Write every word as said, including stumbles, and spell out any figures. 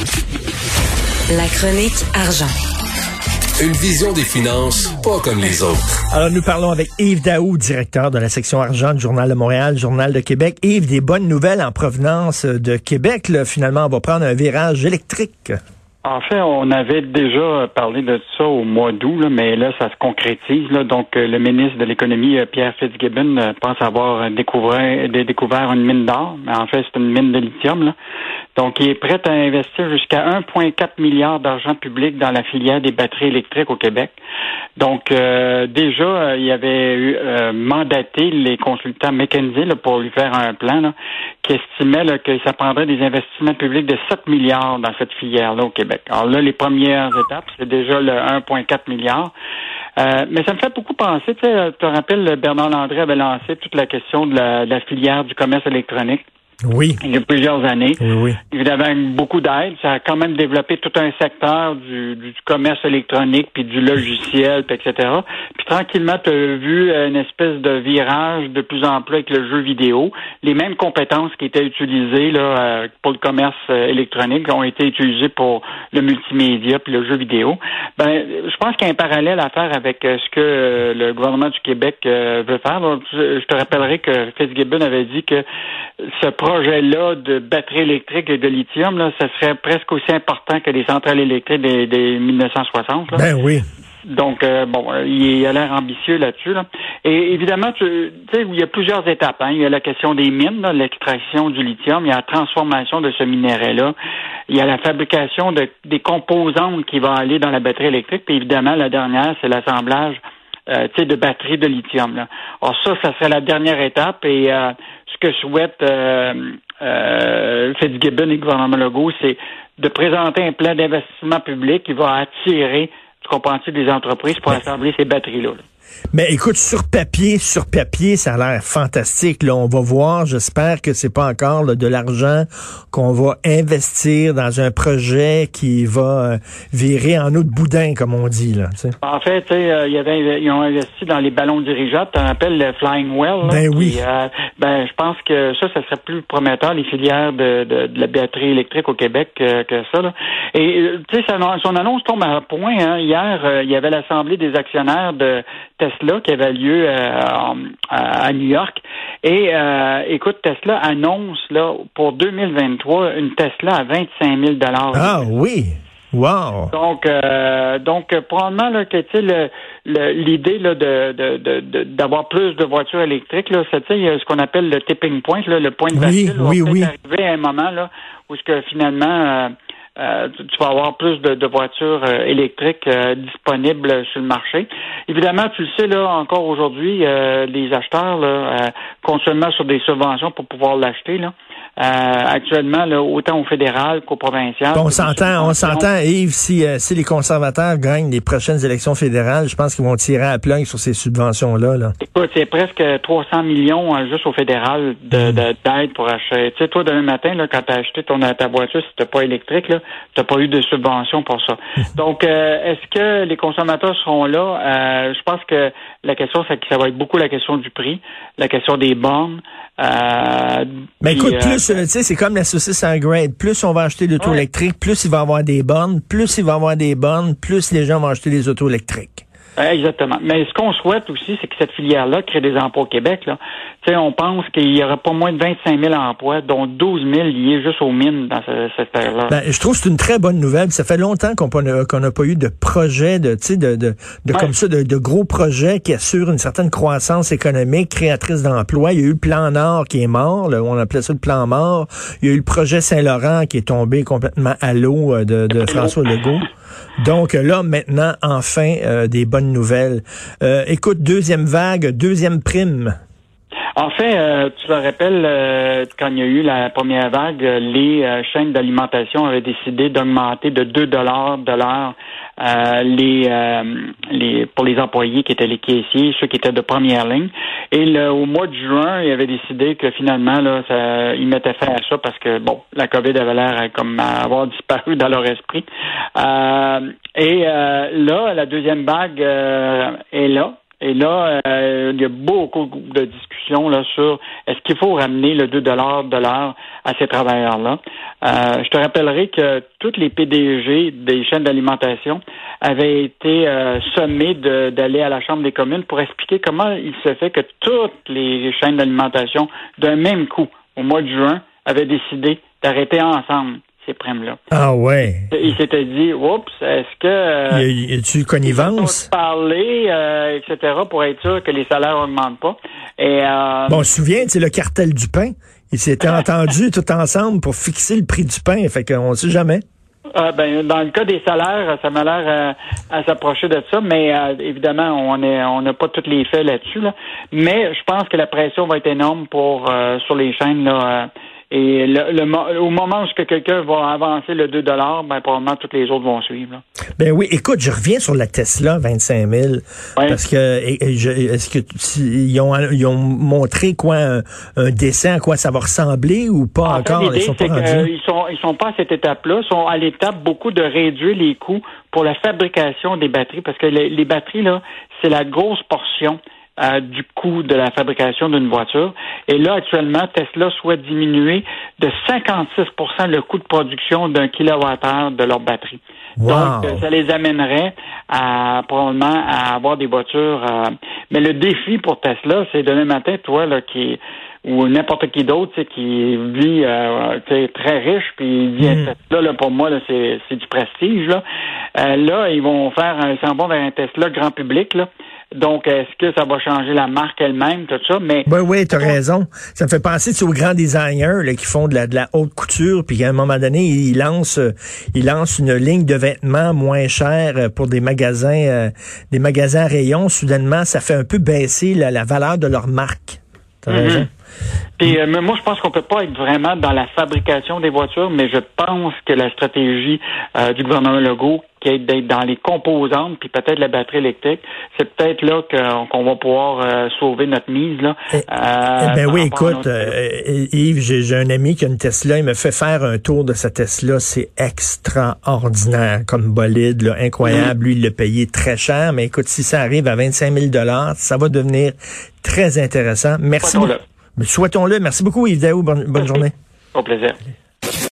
La chronique argent. Une vision des finances pas comme les autres. Alors, nous parlons avec Yves Daou, directeur de la section argent du Journal de Montréal, Journal de Québec. Yves, des bonnes nouvelles en provenance de Québec. Là, finalement, on va prendre un virage électrique. En fait, on avait déjà parlé de ça au mois d'août, là, mais là, ça se concrétise. Là. Donc, euh, le ministre de l'Économie, euh, Pierre Fitzgibbon, euh, pense avoir découvert, découvert une mine d'or. Mais en fait, c'est une mine de lithium. Là. Donc, il est prêt à investir jusqu'à un virgule quatre milliard d'argent public dans la filière des batteries électriques au Québec. Donc, euh, déjà, euh, il avait eu, euh, mandaté les consultants McKinsey là, pour lui faire un plan là, qui estimait là, que ça prendrait des investissements publics de sept milliards dans cette filière-là au Québec. Alors là, les premières étapes, c'est déjà le un virgule quatre milliard. Euh, mais ça me fait beaucoup penser, tu sais, tu te rappelles, Bernard Landry avait lancé toute la question de la, de la filière du commerce électronique. Oui. Il y a plusieurs années. Oui, oui. Évidemment, beaucoup d'aide. Ça a quand même développé tout un secteur du, du commerce électronique, puis du logiciel, puis et cetera. Puis tranquillement, tu as vu une espèce de virage de plus en plus avec le jeu vidéo. Les mêmes compétences qui étaient utilisées là pour le commerce électronique ont été utilisées pour le multimédia puis le jeu vidéo. Ben, je pense qu'il y a un parallèle à faire avec ce que le gouvernement du Québec veut faire. Je te rappellerai que Fitzgibbon avait dit que ce projet-là de batterie électrique et de lithium, là, ça serait presque aussi important que les centrales électriques des, des mille neuf cent soixante. Là. Ben oui. Donc, euh, bon, il a l'air ambitieux là-dessus. Là. Et évidemment, tu sais, il y a plusieurs étapes. Hein. Il y a la question des mines, là, l'extraction du lithium, il y a la transformation de ce minerai-là, il y a la fabrication de, des composantes qui vont aller dans la batterie électrique, puis évidemment, la dernière, c'est l'assemblage euh, tu sais, de batteries de lithium. Là. Alors ça, ça serait la dernière étape et euh, ce que souhaite euh, euh, Fitzgibbon et le gouvernement Legault, c'est de présenter un plan d'investissement public qui va attirer, tu comprends-tu, des entreprises pour assembler ces batteries-là. Là. Mais écoute, sur papier, sur papier, ça a l'air fantastique. Là, on va voir. J'espère que c'est pas encore là, de l'argent qu'on va investir dans un projet qui va euh, virer en eau de boudin, comme on dit là. T'sais. En fait, tu sais, euh, il y avait, ils ont investi dans les ballons dirigeables. Tu en appelles le Flying Well. Là, ben oui. Qui, euh, ben, je pense que ça, ça serait plus prometteur les filières de, de, de la batterie électrique au Québec que, que ça. Là. Et tu sais, son annonce tombe à point. Hein. Hier, euh, il y avait l'assemblée des actionnaires de Tesla qui avait lieu euh, à New York. Et euh, écoute, Tesla annonce là pour deux mille vingt-trois une Tesla à vingt-cinq mille dollars. Ah oui! Wow! Donc, euh, donc probablement là, que tu sais, le, le, l'idée là, de, de, de, de, d'avoir plus de voitures électriques, là, c'est ce qu'on appelle le tipping point, là, le point de bascule. Oui, oui, oui. Arriver à un moment là, où ce que finalement... Euh, Euh, tu, tu vas avoir plus de, de voitures euh, électriques euh, disponibles sur le marché. Évidemment, tu le sais, là, encore aujourd'hui, euh, les acheteurs là, euh, comptent seulement sur des subventions pour pouvoir l'acheter, là. Euh, actuellement, là, autant au fédéral qu'au provincial. On s'entend, on s'entend, Yves, si, euh, si les conservateurs gagnent les prochaines élections fédérales, je pense qu'ils vont tirer à la plug sur ces subventions-là. Là. Écoute, c'est presque trois cents millions euh, juste au fédéral de, de, d'aide pour acheter. Tu sais, toi, demain matin, là, quand tu as acheté ton, ta voiture, si tu n'as pas électrique, là, tu n'as pas eu de subvention pour ça. Donc, euh, est-ce que les consommateurs seront là? Euh, je pense que la question, c'est que ça va être beaucoup la question du prix, la question des bornes. Euh, Mais écoute, euh, plus, tu sais, c'est comme la saucisse en grade. Plus on va acheter d'auto ouais. électriques, plus il va y avoir des bornes. Plus il va y avoir des bornes, plus les gens vont acheter des autos électriques. Exactement. Mais ce qu'on souhaite aussi, c'est que cette filière-là crée des emplois au Québec. Là. Tu sais, on pense qu'il y aura pas moins de vingt-cinq mille emplois, dont douze mille liés juste aux mines dans ce, cette terre-là. Ben, je trouve que c'est une très bonne nouvelle. Ça fait longtemps qu'on n'a qu'on n'a pas eu de projet, de, tu sais, de, de, de ouais. comme ça, de, de gros projets qui assurent une certaine croissance économique, créatrice d'emplois. Il y a eu le plan Nord qui est mort, là, on appelait ça le plan mort. Il y a eu le projet Saint-Laurent qui est tombé complètement à l'eau de, de François Legault. Donc là, maintenant, enfin, euh, des bonnes nouvelles. Euh, écoute, deuxième vague, deuxième prime. En fait, euh, tu te rappelles, euh, quand il y a eu la première vague, les euh, chaînes d'alimentation avaient décidé d'augmenter de deux dollars de l'heure euh, les, euh, les pour les employés qui étaient les caissiers, ceux qui étaient de première ligne. Et le, au mois de juin, ils avaient décidé que finalement, là, ça, ils mettaient fin à ça parce que, bon, la COVID avait l'air comme à avoir disparu dans leur esprit. Euh, et euh, là, la deuxième vague euh, est là. Et là, euh, il y a beaucoup de discussions là sur est-ce qu'il faut ramener le deux dollars de l'heure à ces travailleurs-là. Euh, je te rappellerai que tous les P D G des chaînes d'alimentation avaient été euh, sommés de, d'aller à la Chambre des communes pour expliquer comment il se fait que toutes les chaînes d'alimentation, d'un même coup, au mois de juin, avaient décidé d'arrêter ensemble ces primes-là. Ah ouais. Il s'était dit, oups, est-ce que... Euh, y a, y a-tu connivence? Parler, euh, et cetera, pour être sûr que les salaires n'augmentent pas. Et, euh, bon, on se souvient, c'est le cartel du pain. Ils s'étaient entendus tout ensemble pour fixer le prix du pain. Fait qu'on ne sait jamais. Euh, ben, dans le cas des salaires, ça m'a l'air euh, à s'approcher de ça, mais euh, évidemment, on est, on n'a pas tous les faits là-dessus. Là. Mais je pense que la pression va être énorme pour euh, sur les chaînes là. Euh, Et le, le, au moment où quelqu'un va avancer le deux dollars, ben probablement tous les autres vont suivre. Là. Ben oui, écoute, je reviens sur la Tesla vingt-cinq mille. Ouais. Parce que et, et je, est-ce que ils ont, ils ont montré quoi un, un dessin à quoi ça va ressembler ou pas en encore? Fait, ils sont pas rendus. Que, ils sont ils sont pas à cette étape-là. Ils sont à l'étape beaucoup de réduire les coûts pour la fabrication des batteries parce que les, les batteries là, c'est la grosse portion. Euh, du coût de la fabrication d'une voiture. Et là, actuellement, Tesla souhaite diminuer de cinquante-six pour cent le coût de production d'un kilowattheure de leur batterie. Wow. Donc, euh, ça les amènerait à probablement à avoir des voitures. Euh, mais le défi pour Tesla, c'est demain matin, toi, là, qui ou n'importe qui d'autre, qui vit euh, très riche, puis il dit mm. Tesla, là, pour moi, là, c'est, c'est du prestige. Là. Euh, là, ils vont faire un s'en vont vers un Tesla grand public, là. Donc, est-ce que ça va changer la marque elle-même, tout ça? Mais oui, oui, t'as raison. Ça me fait penser aux grands designers là, qui font de la, de la haute couture, puis qu'à un moment donné, ils lancent, ils lancent une ligne de vêtements moins chère pour des magasins, euh, des magasins à rayons. Soudainement, ça fait un peu baisser la, la valeur de leur marque. T'as mm-hmm. raison. Puis, euh, moi, je pense qu'on peut pas être vraiment dans la fabrication des voitures, mais je pense que la stratégie euh, du gouvernement Legault, qui est d'être dans les composantes, puis peut-être la batterie électrique, c'est peut-être là que, qu'on va pouvoir euh, sauver notre mise. Là. Eh, euh, eh ben oui, écoute, euh, Yves, j'ai, j'ai un ami qui a une Tesla, il me fait faire un tour de sa Tesla, c'est extraordinaire comme bolide, là, incroyable. Mmh. Lui, il l'a payé très cher, mais écoute, si ça arrive à vingt-cinq mille dollars, ça va devenir très intéressant. Merci beaucoup. Souhaitons-le. Merci beaucoup, Yves Daou. Bonne, bonne journée. Au plaisir.